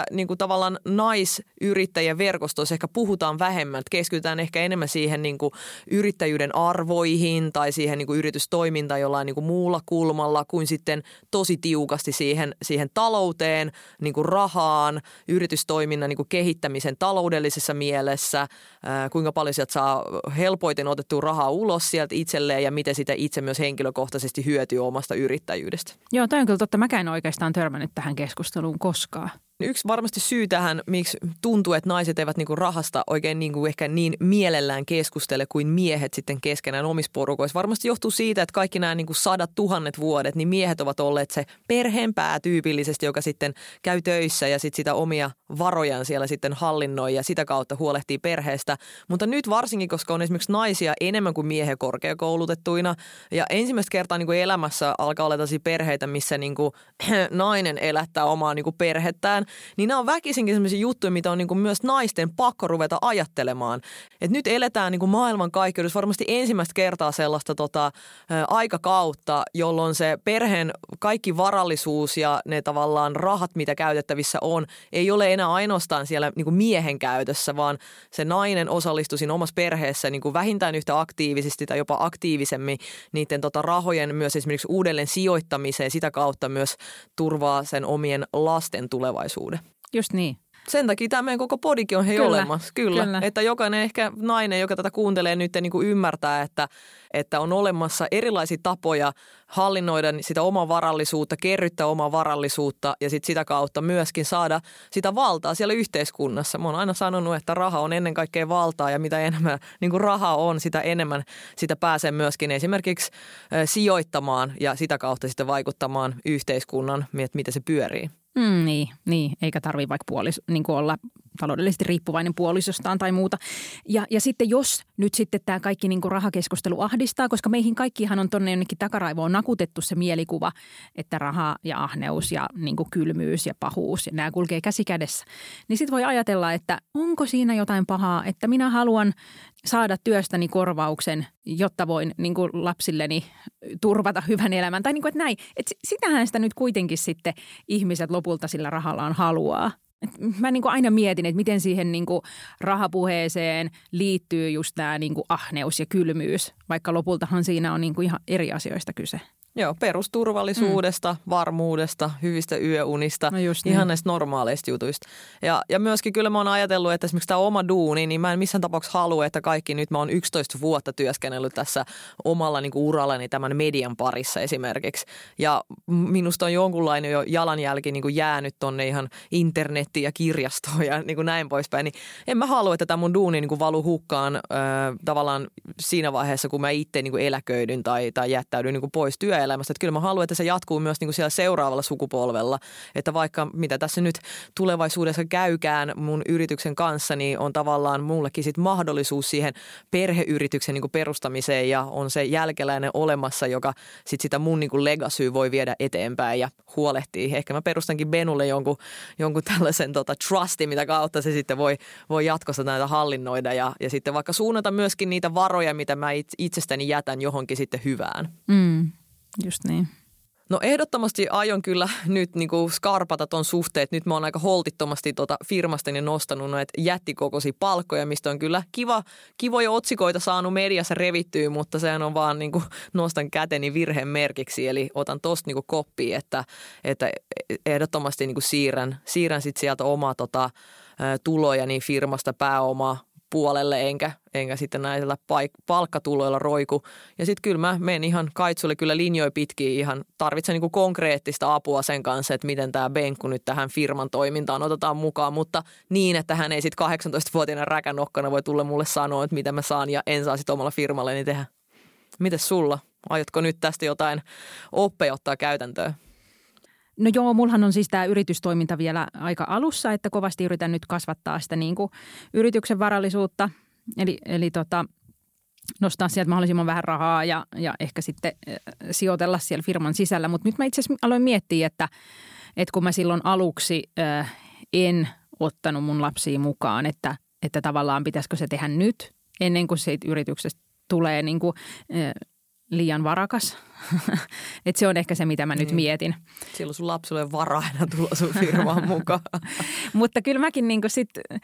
niin kuin tavallaan naisyrittäjien verkostoissa ehkä puhutaan vähemmän. Keskitytään ehkä enemmän siihen niin kuin yrittäjyyden arvoihin tai siihen niin kuin yritystoimintaan jollain niin kuin muulla kulmalla kuin sitten tosi tiukasti siihen, siihen talouteen, niin kuin rahaan, yritystoiminnan niin kuin kehittämisen taloudellisessa mielessä, ää, kuinka paljon sieltä saa helpoiten otettua rahaa ulos sieltä itselleen ja miten sitä itse myös henkilökohtaisesti hyötyy omasta yrittäjyydestä. Joo, toi on kyllä totta. Mäkään oikeastaan törmännyt tähän keskusteluun koskaan. Yksi varmasti syy tähän, miksi tuntuu, että naiset eivät niinku rahasta oikein niinku ehkä niin mielellään keskustele kuin miehet sitten keskenään omissa porukoissa. Varmasti johtuu siitä, että kaikki nämä niinku sadat tuhannet vuodet, niin miehet ovat olleet se perheenpää tyypillisesti, joka sitten käy töissä ja sitten sitä omia varojaan siellä sitten hallinnoi ja sitä kautta huolehtii perheestä. Mutta nyt varsinkin, koska on esimerkiksi naisia enemmän kuin miehiä korkeakoulutettuina ja ensimmäistä kertaa niinku elämässä alkaa olla tällaisia perheitä, missä niinku nainen elättää omaa niinku perhettään, niin nämä on väkisinkin sellaisia juttuja, mitä on niin kuin myös naisten pakko ruveta ajattelemaan. Et nyt eletään niin kuin maailmankaikkeudessa varmasti ensimmäistä kertaa sellaista tota, ä, aikakautta, jolloin se perheen kaikki varallisuus ja ne tavallaan rahat, mitä käytettävissä on, ei ole enää ainoastaan siellä niin kuin miehen käytössä, vaan se nainen osallistuu siinä omassa perheessä niin kuin vähintään yhtä aktiivisesti tai jopa aktiivisemmin niiden tota, rahojen myös esimerkiksi uudelleen sijoittamiseen, sitä kautta myös turvaa sen omien lasten tulevaisuuden. Just niin. Sen takia tämä meidän koko podikin on hei Kyllä, olemassa. Kyllä. kyllä. Että jokainen ehkä nainen, joka tätä kuuntelee nyt niin kuin ymmärtää, että, että on olemassa erilaisia tapoja hallinnoida sitä omaa varallisuutta, kerryttää omaa varallisuutta ja sit sitä kautta myöskin saada sitä valtaa siellä yhteiskunnassa. Mä oon aina sanonut, että raha on ennen kaikkea valtaa ja mitä enemmän niin kuin rahaa on, sitä enemmän sitä pääsee myöskin esimerkiksi sijoittamaan ja sitä kautta sitten vaikuttamaan yhteiskunnan, että miten se pyörii. Mm, niin, niin, eikä tarvitse vaikka puolis, niin kuin olla taloudellisesti riippuvainen puolisostaan tai muuta. Ja, ja sitten jos nyt sitten tämä kaikki niin kuin rahakeskustelu ahdistaa, koska meihin kaikkihan on tuonne jonnekin takaraivoon nakutettu se mielikuva, että raha ja ahneus ja niin kuin kylmyys ja pahuus ja nämä kulkee käsi kädessä. Niin sitten voi ajatella, että onko siinä jotain pahaa, että minä haluan saada työstäni korvauksen, jotta voin niin kuin lapsilleni turvata hyvän elämän. Tai niin kuin, että näin. Että sitähän sitä nyt kuitenkin sitten ihmiset lopulta sillä rahallaan haluaa. Et mä niin kuin aina mietin, että miten siihen niin kuin rahapuheeseen liittyy just tämä niin kuin ahneus ja kylmyys, vaikka lopultahan siinä on niin kuin ihan eri asioista kyse. Joo, perusturvallisuudesta, mm. varmuudesta, hyvistä yöunista, no ihan niin. Näistä normaaleista jutuista. Ja, ja myöskin kyllä mä oon ajatellut, että esimerkiksi tämä oma duuni, niin mä en missään tapauksessa halua, että kaikki nyt mä oon yksitoista vuotta työskennellyt tässä omalla niin kuin urallani tämän median parissa esimerkiksi. Ja minusta on jonkunlainen jo jalanjälki niin kuin jäänyt tonne ihan internettiin ja kirjastoon ja niin kuin näin poispäin. Niin en mä halua, että tämä mun duuni niin kuin valu hukkaan äh, tavallaan siinä vaiheessa, kun mä itse niin kuin eläköidyn tai, tai jättäydyn niin kuin pois työelämästä. Että kyllä mä haluan, että se jatkuu myös niin kuin siellä seuraavalla sukupolvella, että vaikka mitä tässä nyt tulevaisuudessa käykään mun yrityksen kanssa, niin on tavallaan mullekin sit mahdollisuus siihen perheyrityksen niin kuin perustamiseen ja on se jälkeläinen olemassa, joka sit sitä mun niin kuin legacyä voi viedä eteenpäin ja huolehtii. Ehkä mä perustankin Benulle jonkun, jonkun tällaisen tota, trustin, mitä kautta se sitten voi, voi jatkossa näitä hallinnoida ja, ja sitten vaikka suunnata myöskin niitä varoja, mitä mä itsestäni jätän johonkin sitten hyvään. Mm. Just niin. No ehdottomasti aion kyllä nyt niin kuin skarpata ton suhteet. Nyt mä oon aika holtittomasti tota firmastani nostanut noita jättikokoisia palkkoja, mistä on kyllä kiva, kivoja otsikoita saanut mediassa revittyä, mutta sehän on vaan niin kuin nostan käteni virheen merkiksi. Eli otan tosta niin kuin koppia, että, että ehdottomasti niin kuin siirrän, siirrän sit sieltä omaa tota, tuloja niin firmasta pääomaa puolelle, enkä, enkä sitten näillä paik- palkkatuloilla roiku. Ja sitten kyllä mä menen ihan kaitsulle kyllä linjoja pitkin ihan tarvitsen niin kuin konkreettista apua sen kanssa, että miten tämä Benkku nyt tähän firman toimintaan otetaan mukaan, mutta niin, että hän ei sitten kahdeksantoistavuotiaana räkänokkana voi tulla mulle sanoa, että mitä mä saan ja en saa sitten omalla firmalleni tehdä. Mites sulla? Aiotko nyt tästä jotain oppeja ottaa käytäntöön? No joo, mullahan on siis tämä yritystoiminta vielä aika alussa, että kovasti yritän nyt kasvattaa sitä niin kuin yrityksen varallisuutta, eli, eli tota, nostaa sieltä mahdollisimman vähän rahaa ja, ja ehkä sitten sijoitella siellä firman sisällä. Mutta nyt mä itse asiassa aloin miettiä, että, että kun mä silloin aluksi äh, en ottanut mun lapsia mukaan, että, että tavallaan pitäisikö se tehdä nyt ennen kuin siitä yrityksestä tulee niin kuin, äh, liian varakas. Et se on ehkä se, mitä mä nyt niin. mietin. Silloin sun lapsille varaa aina tulla sun firmaan mukaan. Mutta kyllä mäkin niinku sit,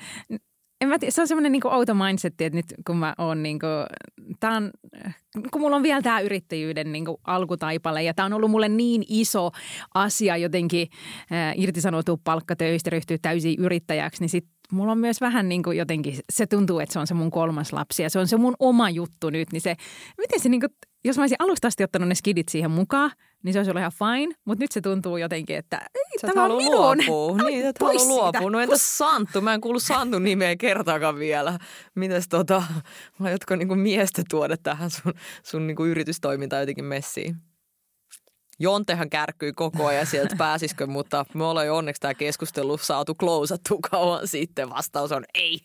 en mä tiedä, se on semmoinen niinku outo mindset, että nyt kun mä oon niinku, tää on, kun mulla on vielä tää yrittäjyyden niinku alkutaipale ja tää on ollut mulle niin iso asia jotenkin äh, irtisanoutua palkkatöistä, ryhtyä täysin yrittäjäksi, niin sit mulla on myös vähän niin kuin jotenkin, se tuntuu, että se on se mun kolmas lapsi ja se on se mun oma juttu nyt, niin se, miten se niin kuin, jos mä olisin alusta asti ottanut ne skidit siihen mukaan, niin se olisi ollut ihan fine, mutta nyt se tuntuu jotenkin, että ei, sä et tämä on minun. luopua. Niin, sä et halua luopua. No entäs Santtu? Mä en kuulu Santun nimeä kertaakaan vielä. Mitäs tota, aiotko niinku miestä tuoda tähän sun, sun niinku yritystoimintaan jotenkin messiin? Jontehan kärkkyi koko ajan sieltä pääsisikö, mutta me ollaan jo onneksi tämä keskustelu saatu klousattua kauan sitten. Vastaus on ei.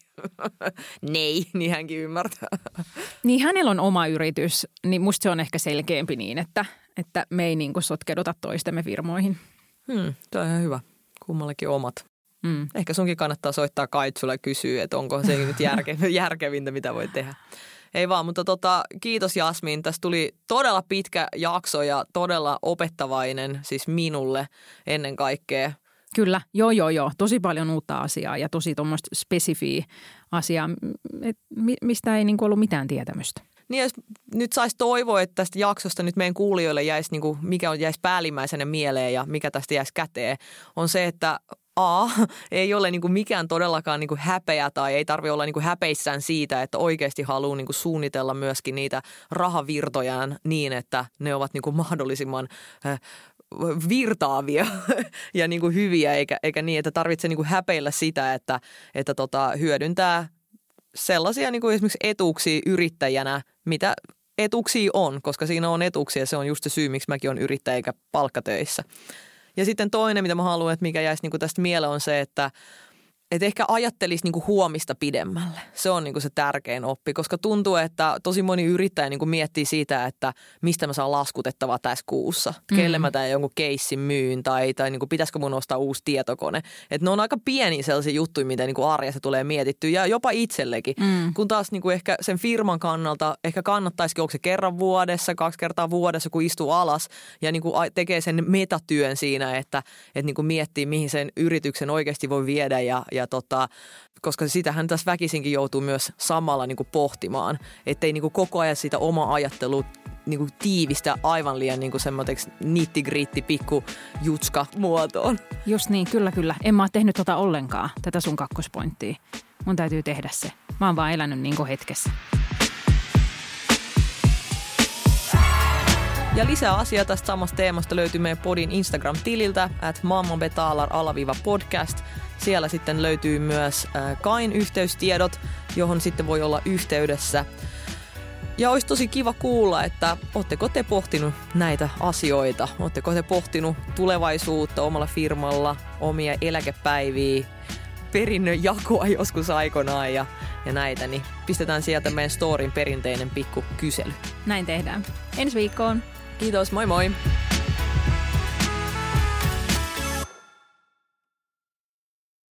Nei, niin hänkin ymmärtää. Niin hänellä on oma yritys, niin musta se on ehkä selkeämpi niin, että, että me ei niin kuin sotkeuduta toistemme firmoihin. Hmm, tämä on ihan hyvä. Kummallakin omat. Hmm. Ehkä sunkin kannattaa soittaa Kaitsulle ja kysyä, että onko se nyt järke, järkevintä, mitä voi tehdä. Ei vaan, mutta tota, kiitos Jasmin. Tästä tuli todella pitkä jakso ja todella opettavainen, siis minulle ennen kaikkea. Kyllä, joo joo joo. Tosi paljon uutta asiaa ja tosi tuommoista spesifiä asiaa, mistä ei niinku ollut mitään tietämystä. Niin jos nyt saisi toivoa, että tästä jaksosta nyt meidän kuulijoille jäisi, niinku, mikä on, jäisi päällimmäisenä mieleen ja mikä tästä jäisi käteen, on se, että A, ei ole niinku mikään todellakaan niinku häpeä tai ei tarvitse olla niinku häpeissään siitä, että oikeasti haluaa niinku suunnitella myöskin niitä rahavirtojaan niin, että ne ovat niinku mahdollisimman äh, virtaavia ja niinku hyviä, eikä, eikä niin, että tarvitsee niinku häpeillä sitä, että, että tota, hyödyntää sellaisia niinku esimerkiksi etuuksia yrittäjänä, mitä etuuksia on, koska siinä on etuuksia. Se on just se syy, miksi mäkin olen yrittäjä eikä palkkatöissä. Ja sitten toinen, mitä mä haluan, että mikä jäisi niinku tästä mieleen, on se, että et ehkä ajattelisi niinku huomista pidemmälle. Se on niinku se tärkein oppi, koska tuntuu, että tosi moni yrittäjä niinku miettii sitä, että mistä mä saan laskutettavaa tässä kuussa. Mm. Kelle mä tämän jonkun keissin myyn tai, tai niinku pitäisikö mun ostaa uusi tietokone. Että ne on aika pieniä sellaisia juttuja, mitä niinku arjessa tulee mietittyä ja jopa itsellekin. Mm. Kun taas niinku ehkä sen firman kannalta ehkä kannattaisikin, onko se kerran vuodessa, kaksi kertaa vuodessa, kun istuu alas ja niinku tekee sen metatyön siinä, että et niinku miettii, mihin sen yrityksen oikeasti voi viedä ja, ja Tota, koska sitähän tässä väkisinkin joutuu myös samalla niin kuin pohtimaan, ettei niin kuin koko ajan sitä omaa ajattelua niin kuin tiivistä aivan liian niin kuin semmoiseksi nitti-gritti pikku jutska muotoon. Just niin, kyllä kyllä. En mä ole tehnyt tota ollenkaan, tätä sun kakkospointtia. Mun täytyy tehdä se. Mä oon vaan elänyt niin kuin hetkessä. Ja lisää asiaa tästä samasta teemasta löytyy meidän podin Instagram-tililtä at mammabetalar alaviiva podcast. Siellä sitten löytyy myös Kain yhteystiedot, johon sitten voi olla yhteydessä. Ja olisi tosi kiva kuulla, että ootteko te pohtinut näitä asioita? Ootteko te pohtinut tulevaisuutta omalla firmalla, omia eläkepäiviä, perinnön jakoa joskus aikanaan ja, ja näitä, niin pistetään sieltä meidän storin perinteinen pikku kysely. Näin tehdään. Ensi viikkoon. Kiitos, moi moi!